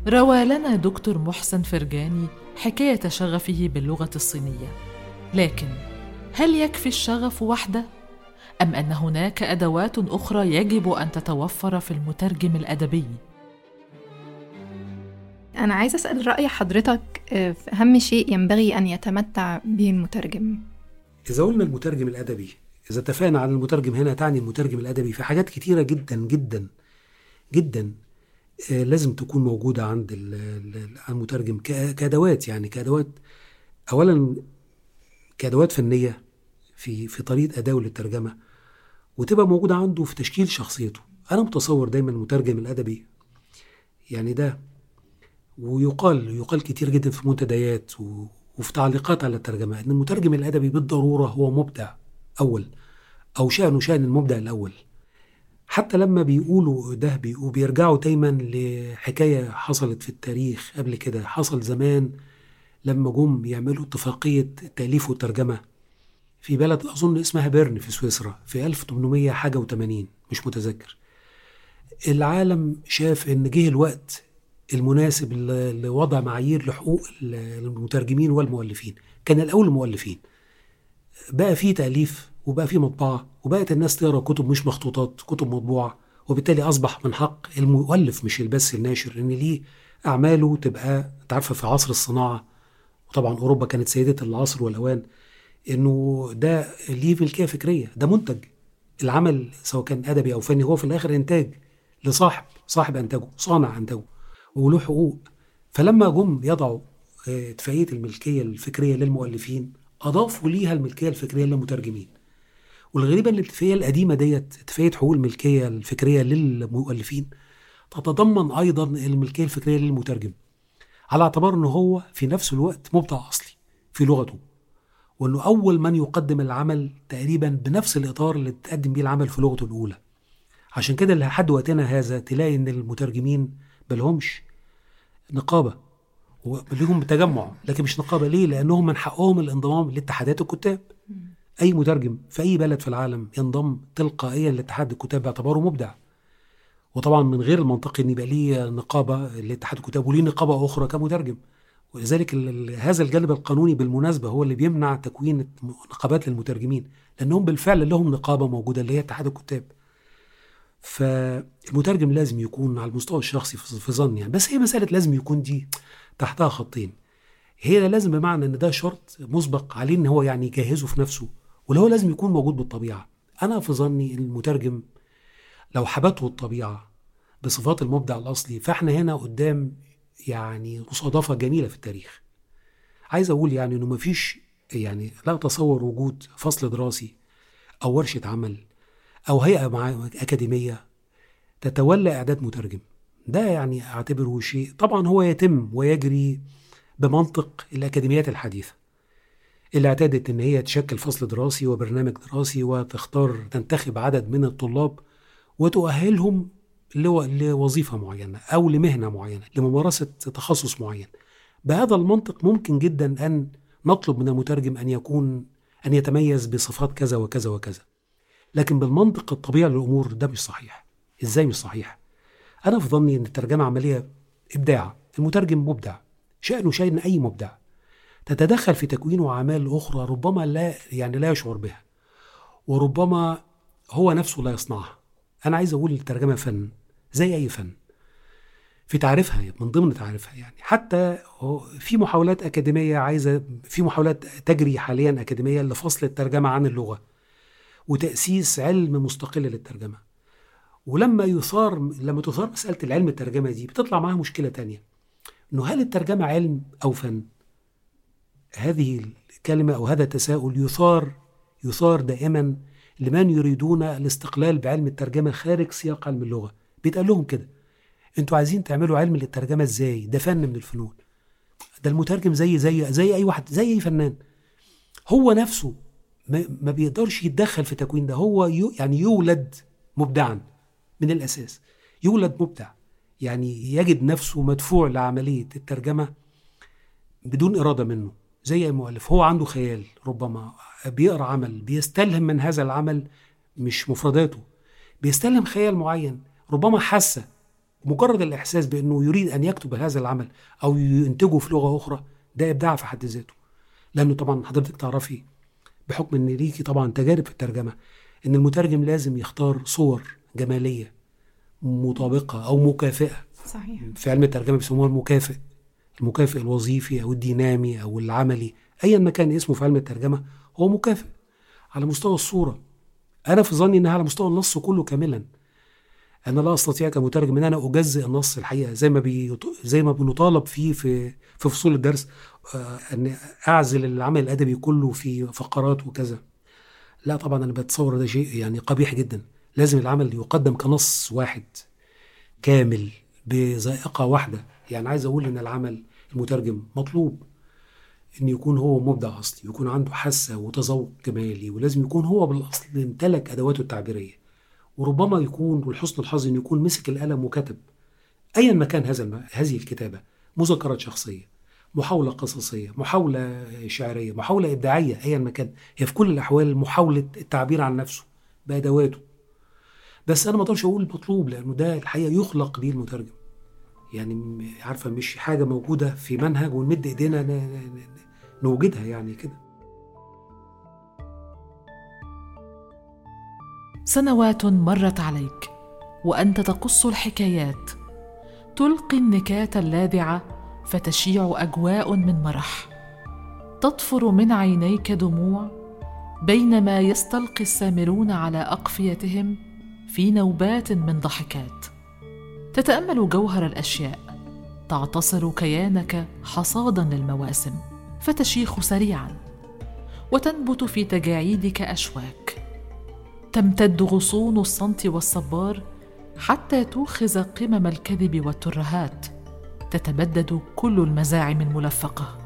روى لنا دكتور محسن فرجاني حكاية شغفه باللغة الصينية، لكن هل يكفي الشغف وحده؟ أم أن هناك أدوات أخرى يجب أن تتوفر في المترجم الأدبي؟ أنا عايزة أسأل رأي حضرتك في أهم شيء ينبغي أن يتمتع به المترجم. إذا قلنا المترجم الأدبي، إذا اتفقنا على المترجم هنا تعني المترجم الأدبي في حاجات كتيرة جدا جدا جدا لازم تكون موجودة عند المترجم كأدوات، يعني كأدوات. أولا كأدوات فنية في طريقة أداء للترجمة، وتبقى موجودة عنده في تشكيل شخصيته. أنا متصور دايما المترجم الأدبي يعني ده، ويقال كتير جدا في منتديات وفي تعليقات على الترجمة، أن المترجم الأدبي بالضرورة هو مبدع أول، أو شأنه شأن المبدع الأول. حتى لما بيقولوا ده بيرجعوا دايما لحكاية حصلت في التاريخ قبل كده. حصل زمان لما جم يعملوا اتفاقية تأليف وترجمة في بلد أظن اسمها بيرن في سويسرا في 1880، مش متذكر. العالم شاف إن جه الوقت المناسب لوضع معايير لحقوق المترجمين والمؤلفين. كان الأول المؤلفين، بقى فيه تأليف وبقى فيه مطبعة، وبقت الناس تقرأ كتب مش مخطوطات، كتب مطبوعة، وبالتالي أصبح من حق المؤلف مش البس الناشر إن ليه أعماله تبقى تعرف في عصر الصناعة. وطبعا أوروبا كانت سيدة العصر والأوان، إنه ده ليه ملكية فكرية، ده منتج. العمل سواء كان أدبي أو فني هو في الآخر إنتاج لصاحب أنتجه، صانع أنتجه، وله حقوق. فلما جم يضعوا اتفاقية الملكية الفكرية للمؤلفين، أضافوا ليها الملكية الفكرية للمترجمين. والغريبة أن الاتفاقية القديمة ديت، اتفاقية حقوق الملكية الفكرية للمؤلفين، تتضمن أيضا الملكية الفكرية للمترجم، على اعتبار أنه هو في نفس الوقت مبدع أصلي في لغته، وأنه أول من يقدم العمل تقريبا بنفس الإطار اللي تقدم بيه العمل في لغته الأولى. عشان كده لحد وقتنا هذا تلاقي أن المترجمين بلهمش نقابة، وليهم تجمع لكن مش نقابة. ليه؟ لأنهم من حقهم الانضمام لاتحادات الكتاب. أي مترجم في أي بلد في العالم ينضم تلقائيا لاتحاد الكتاب باعتباره مبدع. وطبعا من غير المنطقي أن يبقى ليه نقابة لاتحاد الكتاب وليه نقابة أخرى كمترجم. ولذلك هذا الجانب القانوني بالمناسبة هو اللي بيمنع تكوين نقابات للمترجمين، لأنهم بالفعل لهم نقابة موجودة اللي هي اتحاد الكتاب. فالمترجم لازم يكون على المستوى الشخصي في ظني يعني، بس هي مسألة لازم يكون دي تحتها خطين. هي لازم بمعنى ان ده شرط مسبق عليه ان هو يعني يجهزه في نفسه، واللي هو لازم يكون موجود بالطبيعة. انا في ظني المترجم لو حبته الطبيعة بصفات المبدع الاصلي، فاحنا هنا قدام يعني مصادفة جميلة في التاريخ. عايز اقول يعني انه مفيش، يعني لا اتصور وجود فصل دراسي او ورشة عمل او هيئة اكاديمية تتولى اعداد مترجم. ده يعني اعتبره شيء طبعا هو يتم ويجري بمنطق الأكاديميات الحديثة اللي اعتادت إن هي تشكل فصل دراسي وبرنامج دراسي، تنتخب عدد من الطلاب وتؤهلهم لوظيفة معينة أو لمهنة معينة، لممارسة تخصص معين. بهذا المنطق ممكن جدا أن نطلب من المترجم أن يتميز بصفات كذا وكذا وكذا. لكن بالمنطق الطبيعي للأمور ده مش صحيح. إزاي مش صحيح؟ أنا في ظني أن الترجمة عملية إبداع. المترجم مبدع، شأنه شأن أي مبدع، تتدخل في تكوينه أعمال أخرى ربما لا يشعر بها، وربما هو نفسه لا يصنعها. أنا عايز أقول الترجمة فن زي أي فن في تعريفها، من ضمن تعريفها يعني. حتى في محاولات أكاديمية في محاولات تجري حاليا أكاديمية لفصل الترجمة عن اللغة وتأسيس علم مستقل للترجمة. ولما تثار مسألة العلم الترجمة دي بتطلع معها مشكلة تانية، إنه هل الترجمة علم أو فن؟ هذه الكلمة أو هذا التساؤل يثار دائما لمن يريدون الاستقلال بعلم الترجمة خارج سياق علم اللغة. بيتقال لهم كده: انتوا عايزين تعملوا علم للترجمة ازاي؟ ده فن من الفنون. ده المترجم زي أي واحد، زي أي فنان. هو نفسه ما بيقدرش يتدخل في تكوين ده. هو يعني يولد مبدعا من الأساس، يولد مبدع، يعني يجد نفسه مدفوع لعملية الترجمة بدون إرادة منه. زي المؤلف، هو عنده خيال، ربما بيقرأ عمل بيستلهم من هذا العمل مش مفرداته، بيستلهم خيال معين، ربما حاسة مجرد الإحساس بأنه يريد أن يكتب هذا العمل أو ينتجه في لغة أخرى ده إبداع في حد ذاته. لأنه طبعا حضرتك تعرفي بحكم أن ليكي طبعا تجارب في الترجمة أن المترجم لازم يختار صور جمالية مطابقة أو مكافئة. صحيح. في علم الترجمة بيسموها المكافئ الوظيفي أو الدينامي أو العملي، أيا ما كان اسمه في علم الترجمة هو مكافئ على مستوى الصورة. أنا في ظني أنها على مستوى النص كله كاملا. أنا لا أستطيع كمترجم أن أنا أجزئ النص الحقيقة زي ما بنطالب فيه في فصول الدرس، أن أعزل العمل الأدبي كله في فقرات وكذا. لا طبعا أنا بتصور ده شيء يعني قبيح جدا. لازم العمل يقدم كنص واحد كامل بذائقة واحدة. يعني عايز أقول أن العمل المترجم مطلوب أن يكون هو مبدع أصلي، يكون عنده حاسة وتذوق جمالي، ولازم يكون هو بالأصل امتلك أدواته التعبيرية، وربما يكون والحسن الحظ أن يكون مسك القلم وكتب أيا ما كان هذه الكتابة، مذكرات شخصية، محاولة قصصية، محاولة شعرية، محاولة إبداعية، أيا ما كان، هي في كل الأحوال محاولة التعبير عن نفسه بأدواته. بس أنا ما أقدرش أقول مطلوب، لأنه ده الحقيقة يخلق به المترجم. يعني عارفة مش حاجة موجودة في منهج ونمد إيدينا نوجدها يعني كده. سنوات مرت عليك وأنت تقص الحكايات، تلقي النكات اللاذعة فتشيع أجواء من مرح، تطفر من عينيك دموع بينما يستلقي السامرون على أقفيتهم في نوبات من ضحكات. تتأمل جوهر الأشياء، تعتصر كيانك حصادا للمواسم فتشيخ سريعا، وتنبت في تجاعيدك أشواك. تمتد غصون الصمت والصبار حتى توخز قمم الكذب والترهات، تتبدد كل المزاعم الملفقة.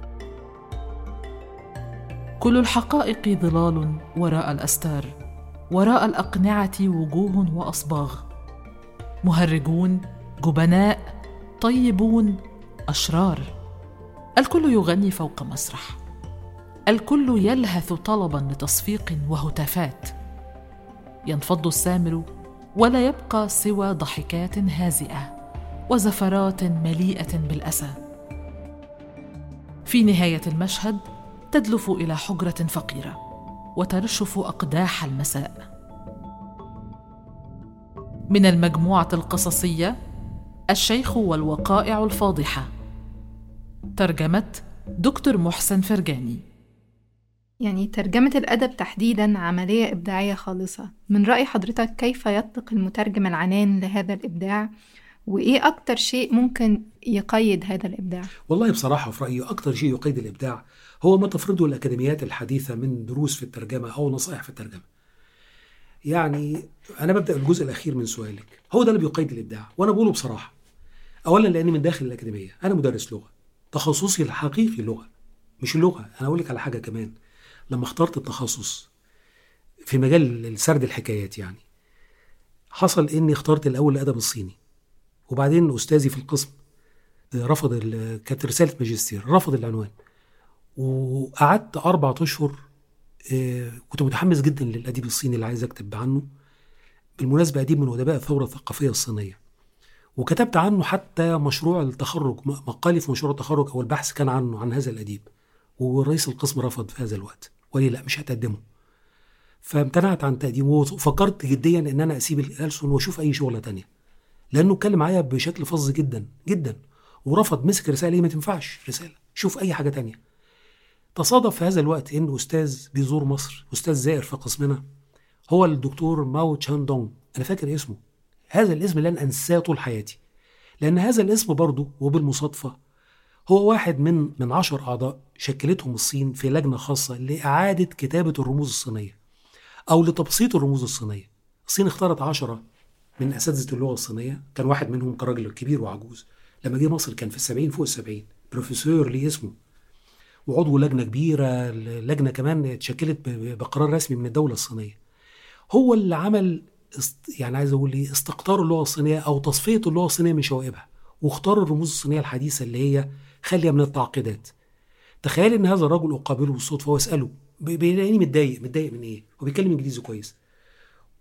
كل الحقائق ظلال وراء الأستار، وراء الأقنعة وجوه وأصباغ، مهرجون، جبناء، طيبون، أشرار. الكل يغني فوق مسرح، الكل يلهث طلبا لتصفيق وهتافات. ينفض السامر ولا يبقى سوى ضحكات هازئة وزفرات مليئة بالأسى. في نهاية المشهد تدلف إلى حجرة فقيرة وترشف أقداح المساء. من المجموعة القصصية الشيخ والوقائع الفاضحة، ترجمة دكتور محسن فرجاني. يعني ترجمة الأدب تحديداً عملية إبداعية خالصة. من رأي حضرتك كيف يطلق المترجم العنان لهذا الإبداع؟ وإيه أكتر شيء ممكن يقيد هذا الإبداع؟ والله بصراحة في رأيي أكتر شيء يقيد الإبداع هو ما تفرضه الأكاديميات الحديثة من دروس في الترجمة أو نصائح في الترجمة. يعني أنا ببدأ الجزء الأخير من سؤالك، هو ده اللي بيقيد الإبداع. وأنا بقوله بصراحة، أولا لأني من داخل الأكاديمية، أنا مدرس لغة، تخصصي الحقيقي لغة مش اللغة. أنا أقول لك على حاجة كمان، لما اخترت التخصص في مجال سرد الحكايات، يعني حصل إني اخترت الأول الأدب الصيني، وبعدين أستاذي في القسم رفض، كانت رسالة ماجستير، رفض العنوان، وقعدت 4 أشهر. كنت متحمس جدا للأديب الصيني اللي عايز أكتب عنه. بالمناسبة أديب من أدباء الثورة الثقافية الصينية، وكتبت عنه حتى مشروع التخرج، مقالي في مشروع التخرج أو البحث كان عنه، عن هذا الأديب، ورئيس القسم رفض في هذا الوقت وقال لي لا مش هتقدمه. فامتنعت عن تقديمه، وفكرت جديا ان انا اسيب الألسن واشوف اي شغله تانية، لانه اتكلم معايا بشكل فظ جدا جدا، ورفض، مسك رساله ما تنفعش رساله، شوف اي حاجه تانية. تصادف في هذا الوقت ان استاذ بيزور مصر، استاذ زائر في قسمنا، هو الدكتور ماو تشان دونغ. انا فاكر اسمه، هذا الاسم لن انساه طول حياتي، لان هذا الاسم برضه وبالمصادفه هو واحد من 10 أعضاء شكلتهم الصين في لجنة خاصة لإعادة كتابة الرموز الصينية أو لتبسيط الرموز الصينية. الصين اختارت 10 من أساتذة اللغة الصينية، كان واحد منهم كراجل كبير وعجوز، لما جه مصر كان في 70 فوق 70، بروفيسور ليه اسمه، وعضو لجنة كبيرة، لجنة كمان اتشكلت بقرار رسمي من الدولة الصينية. هو اللي عمل يعني عايز أقول لي استقطار اللغة الصينية أو تصفية اللغة الصينية من شوائبها، واختار الرموز الصينية الحديثة اللي هي خالية من التعقيدات. تخيل ان هذا الرجل اقابله بالصدفه واساله، بيلاقيني متضايق من ايه، هو بيتكلم انجليزي كويس،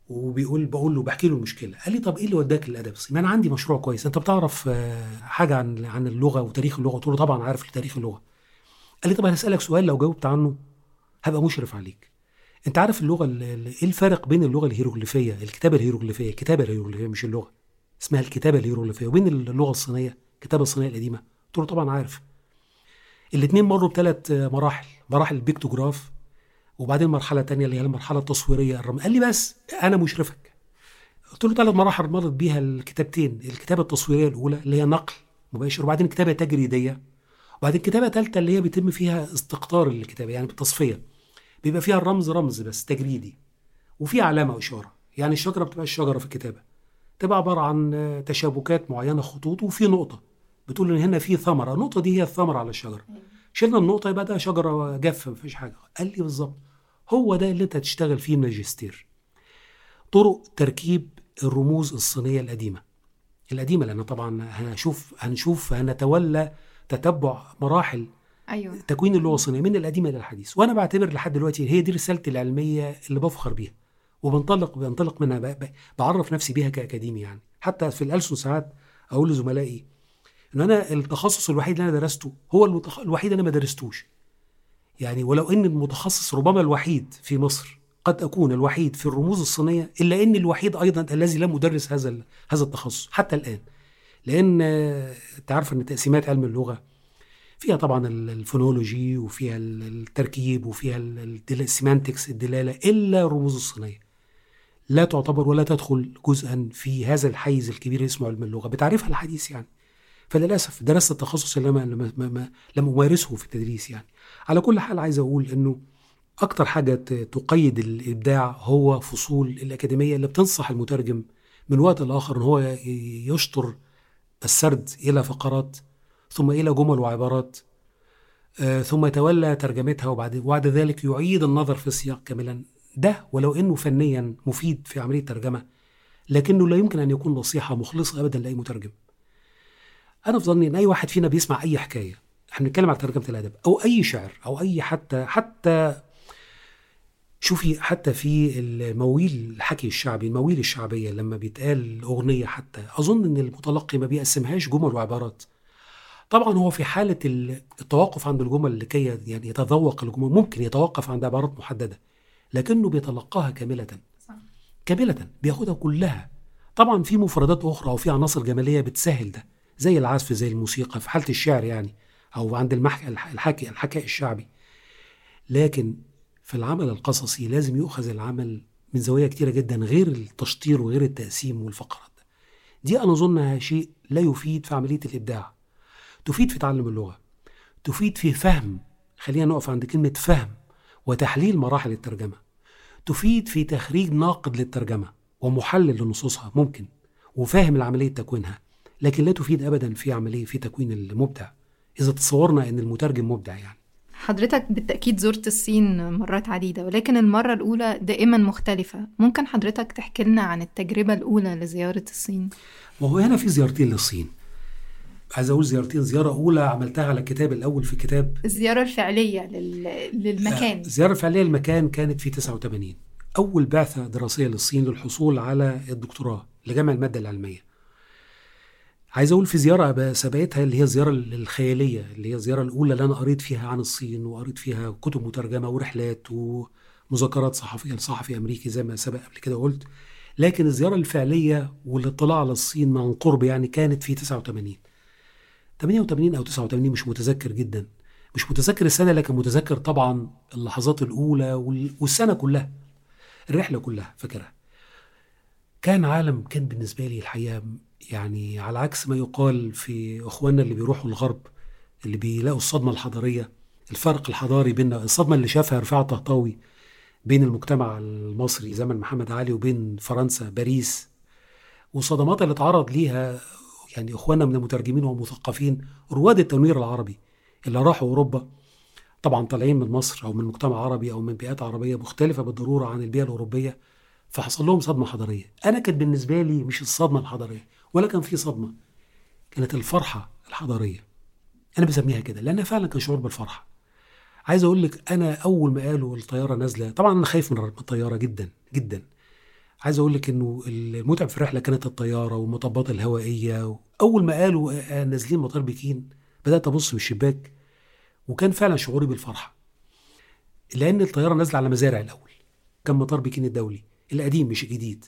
بقول له بحكي له المشكله. قال لي طب ايه اللي وداك للادب الصيني؟ انا عندي مشروع كويس، انت بتعرف حاجه عن اللغه وتاريخ اللغه؟ قلت له طبعا عارف تاريخ اللغه. قال لي طب هسالك سؤال، لو جاوبت عنه هبقى مشرف عليك. انت عارف اللغه ايه الفرق بين اللغه الهيروغليفيه، الكتابه الهيروغليفيه مش اللغه، اسمها الكتابه الهيروغليفيه، وبين اللغه الصينيه الكتابه الصينيه القديمه؟ قلت له طبعا عارف. الاثنين مروا بثلاث مراحل البيكتوجراف، وبعدين مرحله تانية اللي هي المرحله التصويريه الرمز. قال لي بس انا مشرفك. قلت له 3 مراحل مرت بيها الكتابتين، الكتابه التصويريه الاولى اللي هي نقل مباشر، وبعدين كتابه تجريديه، وبعدين كتابه ثالثه اللي هي بيتم فيها استقطار الكتابه، يعني بالتصفيه، بيبقى فيها الرمز رمز بس تجريدي، وفي علامه واشاره. يعني الشجره بتبقى الشجره في الكتابه، تبقى عباره عن تشابكات معينه، خطوط، وفي نقطه بتقول ان هنا في ثمره، النقطه دي هي الثمره على الشجره. شلنا النقطه يبقى ده شجره جافه مفيش حاجه. قال لي بالظبط هو ده اللي انت هتشتغل فيه ماجستير، طرق تركيب الرموز الصينيه القديمه، لان طبعا هنتولى تتبع مراحل تكوين اللغه الصينيه من القديمه الى الحديث. وانا بعتبر لحد دلوقتي هي دي رسالتي العلميه اللي بفخر بيها، وبنطلق منها، بعرف نفسي بيها كاكاديمي. يعني حتى في الألسن ساعات اقول لزملائي ان انا التخصص الوحيد اللي انا درسته هو الوحيد اللي انا ما درستوش. يعني ولو ان المتخصص ربما الوحيد في مصر، قد اكون الوحيد في الرموز الصينيه، الا ان الوحيد ايضا الذي لم ادرس هذا التخصص حتى الان. لان انت عارف ان تقسيمات علم اللغه فيها طبعا الفونولوجي، وفيها التركيب، وفيها السيمانتكس الدلاله، الا الرموز الصينيه لا تعتبر ولا تدخل جزءا في هذا الحيز الكبير اسمه علم اللغه بتعريفها الحديث. يعني فللاسف درست التخصص اللي لم امارسه في التدريس. يعني على كل حال عايز اقول انه اكتر حاجه تقيد الابداع هو فصول الاكاديميه اللي بتنصح المترجم من وقت لاخر ان هو يشطر السرد الى فقرات، ثم الى جمل وعبارات، ثم يتولى ترجمتها، وبعد ذلك يعيد النظر في السياق كاملا. ده ولو انه فنيا مفيد في عمليه الترجمه، لكنه لا يمكن ان يكون نصيحه مخلصه ابدا لاي مترجم. انا في ظني ان اي واحد فينا بيسمع اي حكايه، احنا بنتكلم على ترجمه الادب او اي شعر او اي حتى شوفي حتى في المواويل الحكي الشعبي، المواويل الشعبيه لما بيتقال اغنيه، حتى اظن ان المتلقي ما بيقسمهاش جمل وعبارات. طبعا هو في حاله التوقف عند الجمل لكي يعني يتذوق الجمل ممكن يتوقف عند عبارات محدده، لكنه بيتلقاها كامله بياخدها كلها. طبعا في مفردات اخرى او في عناصر جماليه بتسهل ده، زي العزف، زي الموسيقى في حاله الشعر يعني، او عند الحكي الشعبي. لكن في العمل القصصي لازم يؤخذ العمل من زوايا كتيره جدا، غير التشطير وغير التقسيم والفقرات. دي انا اظنها شيء لا يفيد في عمليه الابداع، تفيد في تعلم اللغه، تفيد في فهم، خلينا نقف عند كلمه فهم وتحليل مراحل الترجمه، تفيد في تخريج ناقد للترجمه ومحلل لنصوصها ممكن، وفاهم العمليه تكوينها، لكن لا تفيد ابدا في تكوين المبدع اذا تصورنا ان المترجم مبدع. يعني حضرتك بالتأكيد زرت الصين مرات عديدة، ولكن المرة الأولى دائما مختلفة. ممكن حضرتك تحكي لنا عن التجربة الأولى لزيارة الصين؟ وهو هنا في زيارتين للصين، عايز أقول زيارتين. زيارة أولى عملتها على الكتاب الأول، في كتاب الزيارة الفعلية للمكان. الزيارة الفعلية للمكان كانت في 89، أول بعثة دراسية للصين للحصول على الدكتوراه لجمع المادة العلمية. عايز أقول في زيارة سبقتها اللي هي الزيارة الخيالية، اللي هي الزيارة الأولى اللي أنا قريت فيها عن الصين، وقريت فيها كتب مترجمة ورحلات ومذكرات صحفية لصحفي أمريكي زي ما سبق قبل كده قلت. لكن الزيارة الفعلية والاطلاع على الصين عن قرب يعني كانت في 88 أو 89، مش متذكر جدا، مش متذكر السنة، لكن متذكر طبعا اللحظات الأولى والسنة كلها، الرحلة كلها فاكرها. كان عالم، كان بالنسبة لي الحقيقة يعني على عكس ما يقال في أخواننا اللي بيروحوا الغرب، اللي بيلاقوا الصدمة الحضارية، الفرق الحضاري بيننا، الصدمة اللي شافها رفاعة طهطاوي بين المجتمع المصري زمن محمد علي وبين فرنسا باريس، والصدمات اللي اتعرض ليها يعني اخواننا من المترجمين والمثقفين رواد التنوير العربي اللي راحوا اوروبا، طبعا طالعين من مصر او من مجتمع عربي او من بيئات عربيه مختلفه بالضروره عن البيئه الاوروبيه، فحصل لهم صدمه حضاريه. انا كانت بالنسبه لي مش الصدمه الحضاريه، ولا كان في صدمه، كانت الفرحه الحضاريه، انا بسميها كده لان فعلا كان شعور بالفرحه. عايز اقول لك انا اول ما قالوا الطياره نازله، طبعا انا خايف من الطياره جدا جدا، عايز اقول لك انه المتعب في الرحله كانت الطياره والمطبات الهوائيه. اول ما قالوا نازلين مطار بكين بدات ابص من الشباك، وكان فعلا شعوري بالفرحه، لان الطياره نازله على مزارع الاول. كان مطار بكين الدولي القديم مش الجديد.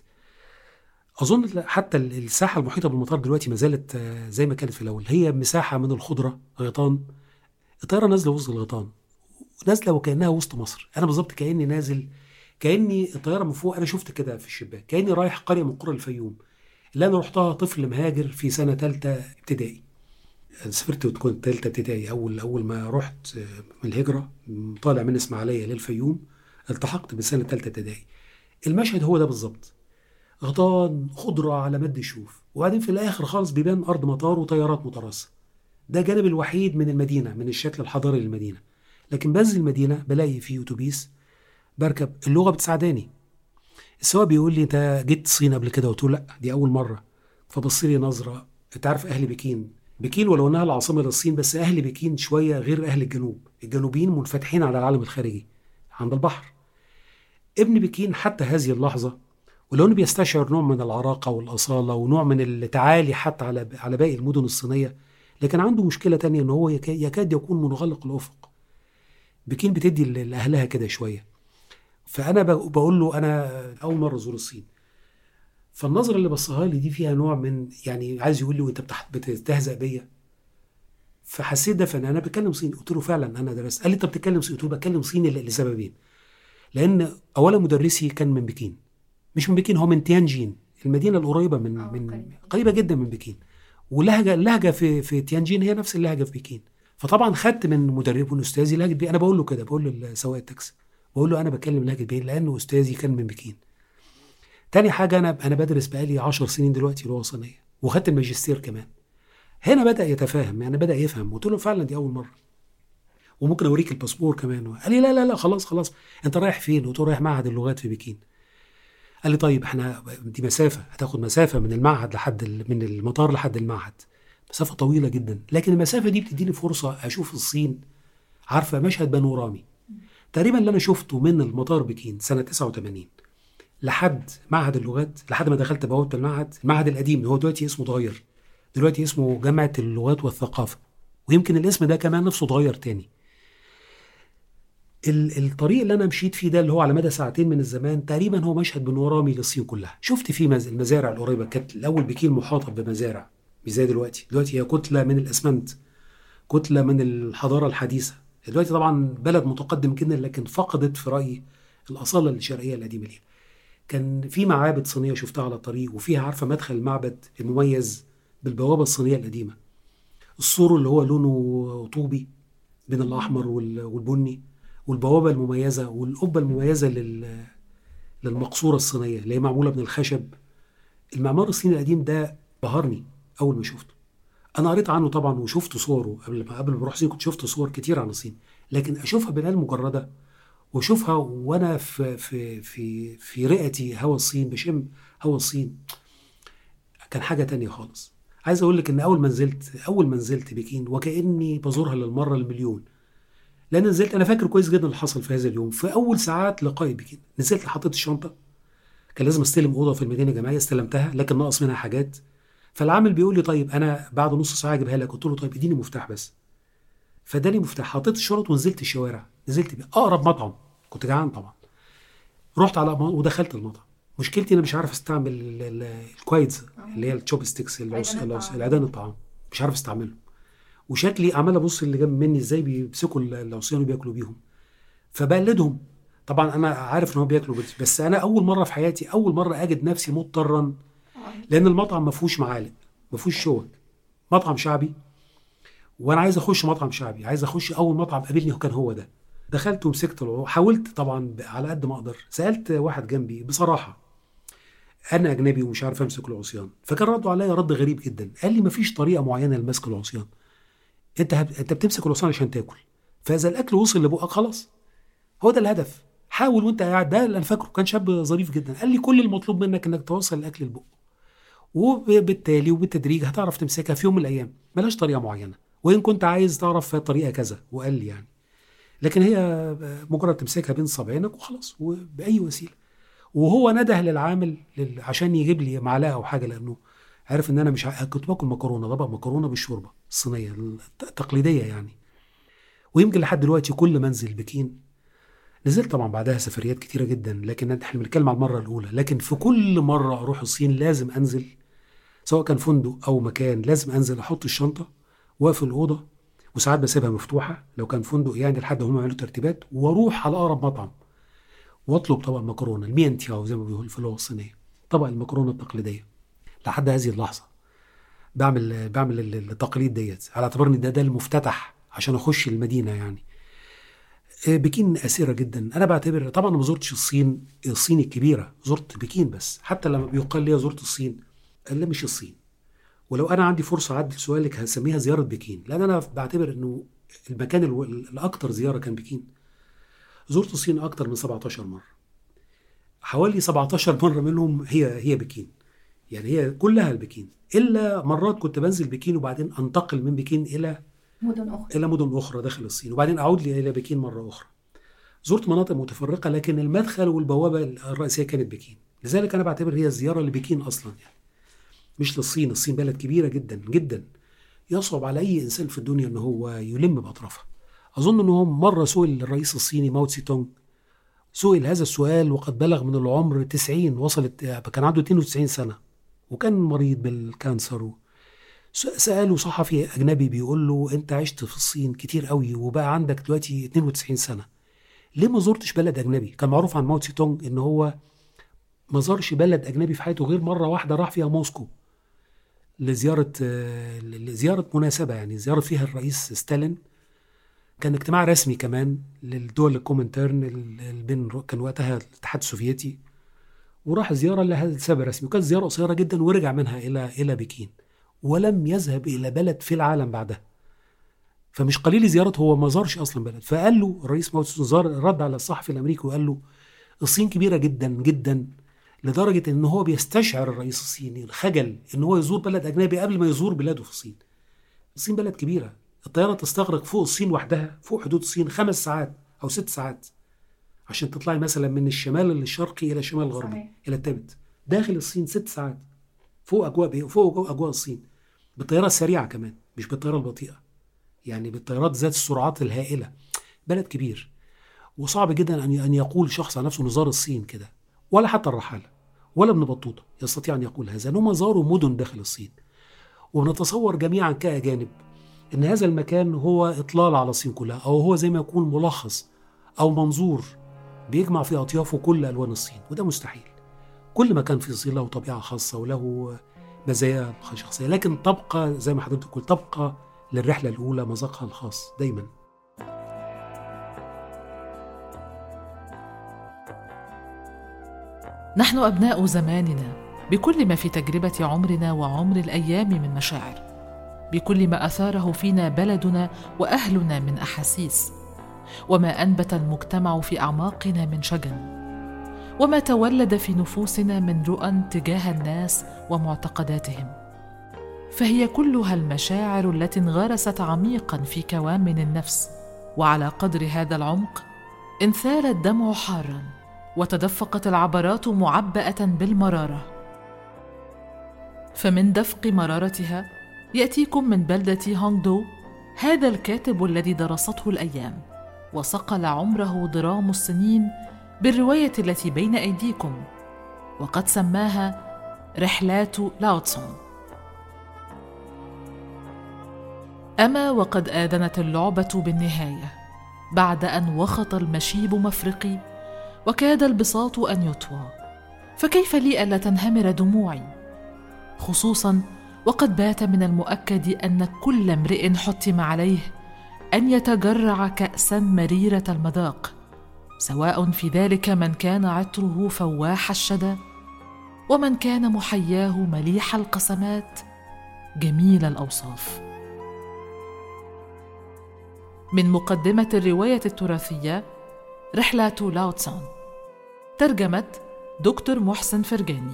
اظن حتى الساحه المحيطه بالمطار دلوقتي ما زالت زي ما كانت في الاول، هي مساحه من الخضره، غيطان. الطياره نازله وسط الغيطان، نازله وكانها وسط مصر. انا بالظبط كاني نازل، كاني الطياره من فوق. انا شفت كده في الشباك كاني رايح قريه من قرى الفيوم اللي انا رحتها طفل مهاجر في سنه ثالثه ابتدائي. سافرت وكنت ثالثه ابتدائي. اول ما رحت من الهجره طالع من اسماعيليه للفيوم، التحقت بسنه ثالثه ابتدائي. المشهد هو ده بالظبط، غيطان خضره على مد الشوف، وبعدين في الاخر خالص بيبان ارض مطار وطيارات متراصه. ده الجانب الوحيد من المدينه، من الشكل الحضاري للمدينه. لكن بنزل المدينه بلاقي فيه اتوبيس، بركب، اللغه بتساعداني. السواق بيقول لي انت جيت الصين قبل كده؟ قلت له لا، دي اول مره. فبص لي نظره. انت عارف اهل بكين ولو انها العاصمه للصين، بس اهل بكين شويه غير اهل الجنوب. الجنوبيين منفتحين على العالم الخارجي عند البحر. ابن بكين حتى هذه اللحظه، ولو انه بيستشعر نوع من العراقه والاصاله ونوع من التعالي حتى على باقي المدن الصينيه، لكن عنده مشكله تانية، ان هو يكاد يكون منغلق الافق. بكين بتدي لاهلها كده شويه. فانا بقول له انا اول مره ازور الصين. فالنظره اللي بصها لي دي فيها نوع من، يعني عايز يقول لي وانت بتستهزأ بيا. فحسيت ده، فانا بتكلم صيني. قلت له فعلا انا درست. قال لي انت بتتكلم صيني؟ قلت له بتكلم صيني لسببين. لان اولا مدرسي كان من بكين، مش من بكين، هو من تيانجين، المدينه القريبه من قريبه جدا من بكين. واللهجه في تيانجين هي نفس اللهجه في بكين. فطبعا خدت من مدرب واستاذي لهجه بكين. انا بقول له كده، بقول لسواق التاكسي، بقول له انا بتكلم لهجه بكين لانه استاذي كان من بكين. تاني حاجه، انا بدرس بقالي 10 سنين دلوقتي لغه صينيه، وخدت الماجستير كمان. هنا بدا يتفاهم، يعني بدا يفهم. قلت له فعلا دي اول مره، وممكن اوريك الباسبور كمان. قال لي لا لا لا، خلاص انت رايح فين؟ قلت له رايح معهد اللغات في بكين. قال لي طيب احنا دي مسافه، هتاخد مسافه من المعهد من المطار لحد المعهد، مسافه طويله جدا، لكن المسافه دي بتديني فرصه اشوف الصين، عارفه، مشهد بانورامي. تقريبا اللي انا شفته من المطار بكين سنه 89 لحد معهد اللغات، لحد ما دخلت بوابه المعهد القديم، هو دلوقتي اسمه اتغير، دلوقتي اسمه جامعه اللغات والثقافه، ويمكن الاسم ده كمان نفسه اتغير تاني. الطريق اللي انا مشيت فيه ده، اللي هو على مدى ساعتين من الزمان تقريبا، هو مشهد بانورامي للصين كلها. شفت فيه المزارع القريبه. كانت الاول بكين محاطه بمزارع، مش زي دلوقتي هي كتله من الاسمنت، كتله من الحضاره الحديثه. دلوقتي طبعا بلد متقدم جدا، لكن فقدت في رايي الاصاله الشرقيه القديمه ليها. كان في معابد صينيه شفتها على الطريق، وفيها عارفه مدخل المعبد المميز بالبوابه الصينيه القديمه، السور اللي هو لونه طوبي بين الاحمر والبني، والبوابه المميزه والقبه المميزه للمقصوره الصينيه اللي هي معموله من الخشب. المعمار الصيني القديم ده بهرني اول ما شفته. انا قريت عنه طبعا وشفت صوره قبل ما اروح الصين، كنت شفت صور كتير عن الصين، لكن اشوفها بالعين المجرده، واشوفها وانا في رئتي هوا الصين، بشم هوا الصين، كان حاجه تانية خالص. عايز اقول لك ان اول ما نزلت بكين وكاني بزورها للمره المليون. لان نزلت، انا فاكر كويس جدا اللي حصل في هذا اليوم. في اول ساعات لقائي بكين نزلت، حطيت الشنطه، كان لازم استلم اوضه في المدينه الجامعيه، استلمتها لكن ناقص منها حاجات. فالعامل بيقول لي طيب انا بعد نص ساعه اجيبها لك. قلت له طيب اديني مفتاح بس. فاداني مفتاح، حطيت الشنط ونزلت الشوارع، نزلت بيه اقرب مطعم، كنت جعان طبعا، رحت على ودخلت المطعم. مشكلتي انا مش عارف استعمل الكوايدز اللي هي التشوب ستيكس، العيدان الطعام، مش عارف استعمله. وشكلي عمال ابص اللي جنب مني ازاي بيمسكوا العصيان وبياكلوا بيهم، فبقلدهم. طبعا انا عارف ان هو بياكلوا، بس انا اول مره في حياتي، اول مره اجد نفسي مضطرا، لان المطعم ما فيهوش معالق، ما فيهوش شوك، مطعم شعبي، وانا عايز اخش مطعم شعبي، عايز اخش. اول مطعم قابلني وكان هو ده. دخلت ومسكت حاولت طبعا على قد ما اقدر. سالت واحد جنبي بصراحه، انا اجنبي ومش عارف امسك العصيان، فكان رده عليا رد غريب جدا. قال لي مفيش طريقه معينه لمسك العصيان، انت بتمسك العصيان عشان تاكل، فاذا الاكل وصل لبقك خلاص، هو ده الهدف، حاول وانت قاعد. ده اللي انا فاكره، كان شاب ظريف جدا. قال لي كل المطلوب منك انك توصل الاكل لبقك، وبالتالي وبالتدريج هتعرف تمسكها في يوم من الايام، ملاش طريقه معينه، وان كنت عايز تعرف طريقه كذا. وقال لي يعني، لكن هي مجرد تمسكها بين صابعينك وخلاص، وباي وسيله. وهو نده للعامل عشان يجيب لي معلقه او حاجه، لانه عارف ان انا مش كنت باكل مكرونه، طبق مكرونه بالشوربه الصينيه التقليديه يعني. ويمكن لحد دلوقتي كل ما انزل بكين، نزلت طبعا بعدها سفريات كتيره جدا، لكن احنا بنتكلم على المره الاولى، لكن في كل مره اروح الصين لازم انزل، سواء كان فندق او مكان، لازم انزل احط الشنطه واقفل الاوضه، وساعات بسيبها مفتوحه لو كان فندق يعني لحد هم يعملوا ترتيبات، واروح على اقرب مطعم واطلب طبق المكرونه الميانتياو زي ما بيقولوا في اللغه الصينيه، طبق المكرونه التقليديه. لحد هذه اللحظه بعمل التقليد ديت على اعتبار ان ده المفتتح عشان اخش المدينه يعني. بكين اسيره جدا. انا بعتبر طبعا ما زرتش الصين الكبيره، زرت بكين بس. حتى لما بيقال لي زرت الصين، لا مش الصين. ولو انا عندي فرصه اعدل سؤالك هسميها زياره بكين، لان انا بعتبر انه المكان الاكثر زياره كان بكين. زرت الصين اكثر من 17 مره، حوالي 17 مره منهم هي بكين، يعني هي كلها البكين، الا مرات كنت بنزل بكين وبعدين انتقل من بكين الى مدن اخرى داخل الصين، وبعدين اعود الى بكين مره اخرى. زرت مناطق متفرقه، لكن المدخل والبوابه الرئيسيه كانت بكين. لذلك انا بعتبر هي الزياره لبكين اصلا يعني، مش للصين. الصين بلد كبيره جدا جدا، يصعب على اي انسان في الدنيا ان هو يلم باطرافها. اظن انه مره سئل الرئيس الصيني ماو تسي تونغ، سئل هذا السؤال وقد بلغ من العمر 90، كان عنده 92 سنه وكان مريض بالكانسر. سأله صحفي أجنبي بيقول له أنت عشت في الصين كتير قوي وبقى عندك دلوقتي 92 سنة، ليه ما زرتش بلد أجنبي؟ كان معروف عن ماو تسي تونغ إن هو ما زارش بلد أجنبي في حياته غير مرة واحدة، راح فيها موسكو لزيارة مناسبة، يعني زيارة فيها الرئيس ستالين. كان اجتماع رسمي كمان للدول الكومنترن بين كان وقتها الاتحاد السوفيتي، وراح زيارة لهذا السبب الرسمي، وكانت زيارة قصيرة جدا ورجع منها إلى بكين، ولم يذهب إلى بلد في العالم بعدها. فمش قليل زيارة، هو ما زارش أصلا بلد. فقال له الرئيس ماو تسي تونغ، رد على الصحفي الأمريكي وقال له الصين كبيرة جدا جدا، لدرجة إن هو بيستشعر الرئيس الصيني الخجل إن هو يزور بلد أجنبي قبل ما يزور بلاده في الصين. الصين بلد كبيرة، الطيارة تستغرق فوق الصين وحدها، فوق حدود الصين 5 ساعات أو 6 ساعات عشان تطلعي مثلا من الشمال الشرقي إلى الشمال الغربي صحيح. إلى التبت داخل الصين 6 ساعات فوق أجواء الصين، بالطيارة السريعة كمان، مش بالطيارة البطيئة، يعني بالطيارات ذات السرعات الهائلة. بلد كبير، وصعب جدا أن يقول شخص عن نفسه نزار الصين كده، ولا حتى الرحالة ولا ابن بطوطة يستطيع أن يقول هذا، أنهم زاروا مدن داخل الصين. ونتصور جميعا كأجانب أن هذا المكان هو إطلال على الصين كلها، أو هو زي ما يكون ملخص أو منظور بيجمع في أطيافه كل ألوان الصين، وده مستحيل. كل مكان في الصين له طبيعة خاصة وله مزايا شخصية، لكن تبقى زي ما حضرتك قلت، تبقى للرحلة الأولى مذاقها الخاص دايما. نحن أبناء زماننا بكل ما في تجربة عمرنا وعمر الأيام من مشاعر، بكل ما أثاره فينا بلدنا وأهلنا من أحاسيس، وما أنبت المجتمع في أعماقنا من شجن، وما تولد في نفوسنا من رؤى تجاه الناس ومعتقداتهم. فهي كلها المشاعر التي انغرست عميقا في كوامن النفس، وعلى قدر هذا العمق انثار الدمع حارا، وتدفقت العبرات معبأة بالمرارة. فمن دفق مرارتها يأتيكم من بلدة هونغدو هذا الكاتب الذي درسته الأيام وصقل عمره ضرام السنين بالرواية التي بين أيديكم، وقد سماها رحلات لاو تسون. أما وقد آذنت اللعبة بالنهاية، بعد أن وخط المشيب مفرقي وكاد البساط أن يطوى، فكيف لي ألا تنهمر دموعي، خصوصاً وقد بات من المؤكد أن كل امرئ حتم عليه أن يتجرع كأساً مريرة المذاق، سواء في ذلك من كان عطره فواح الشدى، ومن كان محياه مليح القسمات جميل الأوصاف. من مقدمة الرواية التراثية رحلات لاو تسون، ترجمة دكتور محسن فرجاني.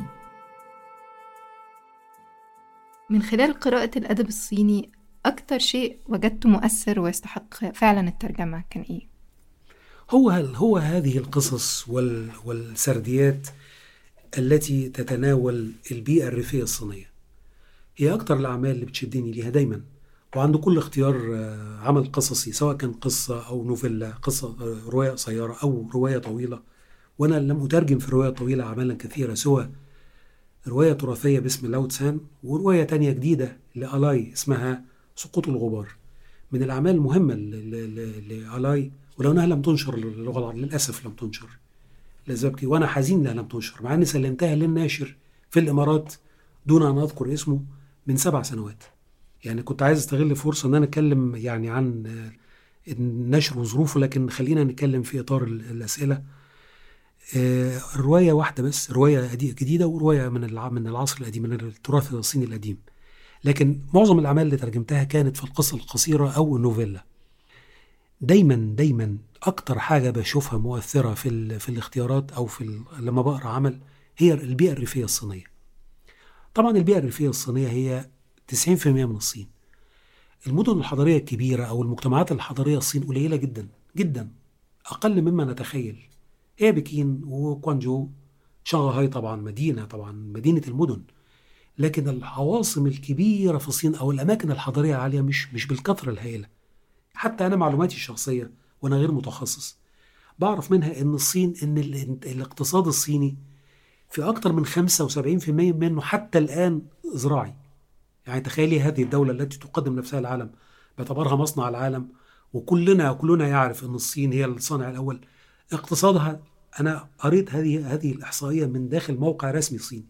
من خلال قراءة الأدب الصيني، أكتر شيء وجدته مؤثر ويستحق فعلا الترجمة كان إيه؟ هو هذه القصص والسرديات التي تتناول البيئة الريفية الصينية هي أكتر الأعمال اللي بتشدني ليها دايما. وعند كل اختيار عمل قصصي، سواء كان قصة أو نوفيلا، قصة رواية قصيرة أو رواية طويلة، وأنا لم أترجم في رواية طويلة أعمالا كثيرة، سوى رواية تراثية باسم لاو تسان، ورواية تانية جديدة لألاي اسمها سقوط الغبار، من الأعمال المهمة لألاي، ولو أنها لم تنشر للغة العربية للأسف، لم تنشر لأسباب كتير، وأنا حزين أنها لم تنشر، مع أني سلمتها للناشر في الإمارات دون أن أذكر اسمه من 7 سنوات. يعني كنت عايز استغل فرصة أن أنا أتكلم يعني عن النشر وظروفه، لكن خلينا نتكلم في إطار الأسئلة. رواية واحدة بس، رواية جديدة ورواية من العصر القديم، من التراث الصيني القديم، لكن معظم الأعمال اللي ترجمتها كانت في القصة القصيرة أو النوفيلا. دايما أكتر حاجة بشوفها مؤثرة في الاختيارات أو لما بقرأ عمل هي البيئة الريفية الصينية. طبعا البيئة الريفية الصينية هي 90% من الصين. المدن الحضرية الكبيرة أو المجتمعات الحضرية الصين قليلة جدا جدا، أقل مما نتخيل. هي بكين وكوانجو، شنغهاي طبعا مدينة المدن، لكن العواصم الكبيرة في الصين أو الأماكن الحضرية العالية مش بالكثرة الهائلة. حتى أنا معلوماتي الشخصية وأنا غير متخصص بعرف منها إن الصين، إن الاقتصاد الصيني في أكثر من 75% منه حتى الآن زراعي. يعني تخيلي هذه الدولة التي تقدم نفسها العالم باعتبارها مصنع العالم، وكلنا يعرف أن الصين هي الصانع الأول. اقتصادها، أنا قريت هذه الإحصائية من داخل موقع رسمي صيني،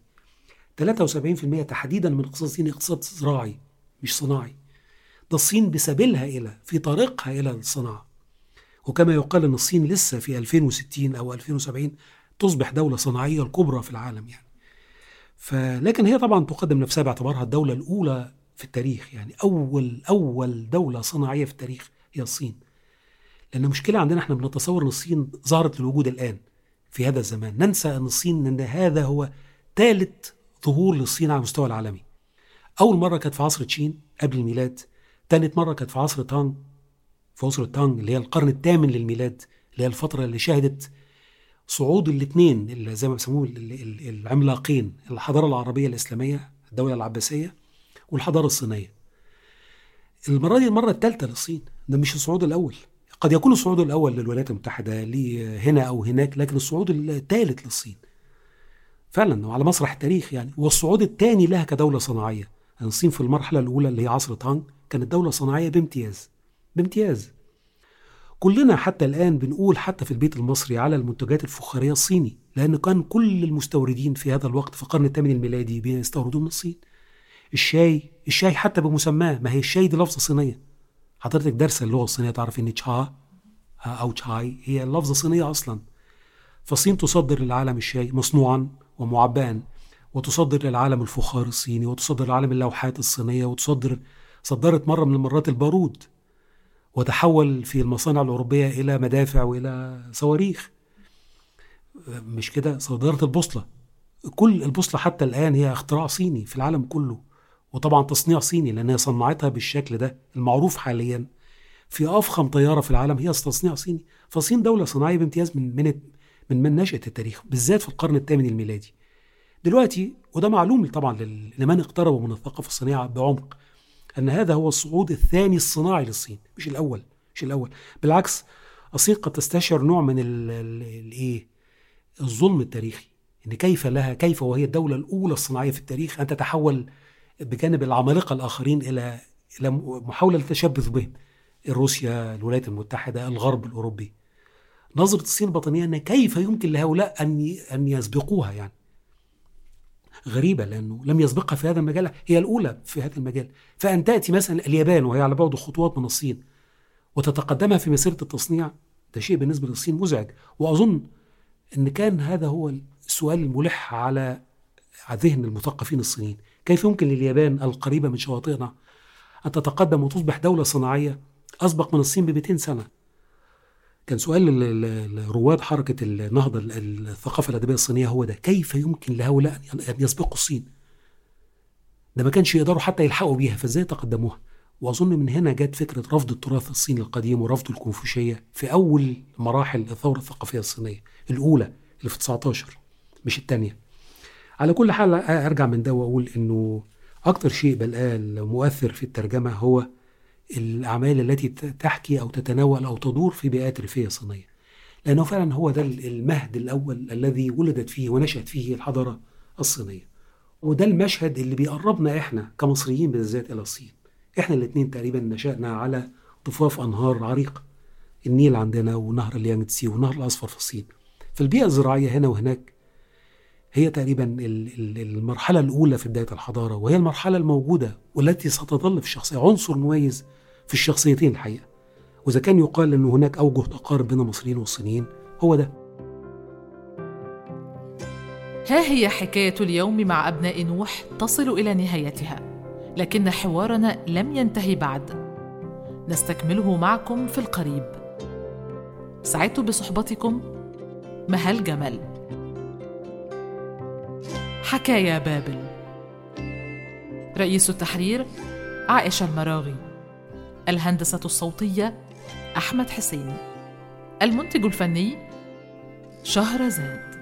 73% تحديدا من اقتصاد الصين اقتصاد زراعي مش صناعي. ده الصين بسبيلها في طريقها إلى الصناعة، وكما يقال أن الصين لسه في 2060 أو 2070 تصبح دولة صناعية الكبرى في العالم يعني. لكن هي طبعا تقدم نفسها باعتبارها الدولة الأولى في التاريخ، يعني أول دولة صناعية في التاريخ هي الصين. لأن المشكلة عندنا احنا بنتصور أن الصين ظهرت للوجود الآن في هذا الزمان، ننسى أن الصين، أن هذا هو ثالث ظهور للصين على المستوى العالمي. أول مرة كانت في عصر تشين قبل الميلاد، ثالث مرة كانت في عصر تانغ، في عصر التانغ اللي هي القرن الثامن للميلاد، اللي هي الفترة اللي شهدت صعود الاثنين اللي زي ما بيسموه العملاقين، الحضارة العربية الإسلامية الدولة العباسية والحضارة الصينية. المرة دي المرة الثالثة للصين، ده مش الصعود الأول. قد يكون الصعود الأول للولايات المتحدة هنا أو هناك، لكن الصعود الثالث للصين فعلا وعلى مسرح التاريخ يعني. والصعود الثاني لها كدولة صناعية. يعني الصين في المرحلة الأولى اللي هي عصر تانغ كانت دولة صناعية بامتياز. كلنا حتى الآن بنقول حتى في البيت المصري على المنتجات الفخارية الصيني، لأن كان كل المستوردين في هذا الوقت في القرن الثامن الميلادي بيستوردون من الصين. الشاي حتى بمسماه، ما هي الشاي دي لفظة صينية. حضرتك دارسة اللغة الصينية تعرف إن تشا أو تشاي هي لفظة صينية أصلا. فالصين تصدر للعالم الشاي مصنوعا ومعبئا، وتصدر للعالم الفخار الصيني، وتصدر للعالم اللوحات الصينية، صدرت مرة من المرات البارود، وتحول في المصانع الأوروبية إلى مدافع وإلى صواريخ. مش كده؟ صدرت البوصلة، كل البوصلة حتى الآن هي اختراع صيني في العالم كله، وطبعا تصنيع صيني، لأنها صنعتها بالشكل ده المعروف حاليا في أفخم طيارة في العالم هي تصنيع صيني. فالصين دولة صناعية بامتياز من نشأة التاريخ، بالذات في القرن الثامن الميلادي. دلوقتي وده معلوم طبعا لمن اقتربوا من الثقافة الصينية بعمق، أن هذا هو الصعود الثاني الصناعي للصين، مش الأول. بالعكس، الصين قد تستشعر نوع من الظلم التاريخي، إن كيف وهي الدولة الأولى الصناعية في التاريخ أن تتحول بجانب العمالقة الآخرين إلى محاولة للتشبث بهم، روسيا، الولايات المتحدة، الغرب الأوروبي. نظرة الصين الباطنية أن كيف يمكن لهؤلاء أن يسبقوها، يعني غريبة، لأنه لم يسبقها في هذا المجال، هي الأولى في هذا المجال. فأن تأتي مثلا اليابان وهي على بعد خطوات من الصين وتتقدمها في مسيرة التصنيع، ده شيء بالنسبة للصين مزعج. وأظن أن كان هذا هو السؤال الملح على ذهن المثقفين الصينيين، كيف يمكن لليابان القريبة من شواطئنا أن تتقدم وتصبح دولة صناعية أسبق من الصين ب200 سنة؟ كان سؤال رواد حركة النهضة الثقافة الأدبية الصينية هو ده، كيف يمكن لهؤلاء أن يسبقوا الصين؟ ده ما كانش يقدروا حتى يلحقوا بيها، فازاي تقدموها؟ وأظن من هنا جت فكرة رفض التراث الصيني القديم ورفض الكونفوشية في أول مراحل الثورة الثقافية الصينية الأولى اللي في 19 مش الثانية. على كل حال أرجع من ده وأقول إنه أكتر شيء بلقاه مؤثر في الترجمة هو الأعمال التي تحكي أو تتناول أو تدور في بيئات ريفية صينية، لأنه فعلا هو ده المهد الأول الذي ولدت فيه ونشأت فيه الحضارة الصينية، وده المشهد اللي بيقربنا إحنا كمصريين بالذات إلى الصين. إحنا الاثنين تقريبا نشأنا على ضفاف أنهار عريقة، النيل عندنا ونهر اليانجتسي ونهر الأصفر في الصين. فالبيئة الزراعية هنا وهناك هي تقريبا المرحلة الأولى في بداية الحضارة، وهي المرحلة الموجودة والتي ستظل في الشخصية عنصر مميز في الشخصيتين الحقيقة. وإذا كان يقال أن هناك أوجه تقارب بين المصريين والصينيين هو ده. ها هي حكاية اليوم مع أبناء نوح تصل إلى نهايتها، لكن حوارنا لم ينتهي بعد، نستكمله معكم في القريب. سعدت بصحبتكم، مهال جمل. حكايا بابل. رئيس التحرير عائشة المراغي. الهندسة الصوتية أحمد حسين. المنتج الفني شهرزاد.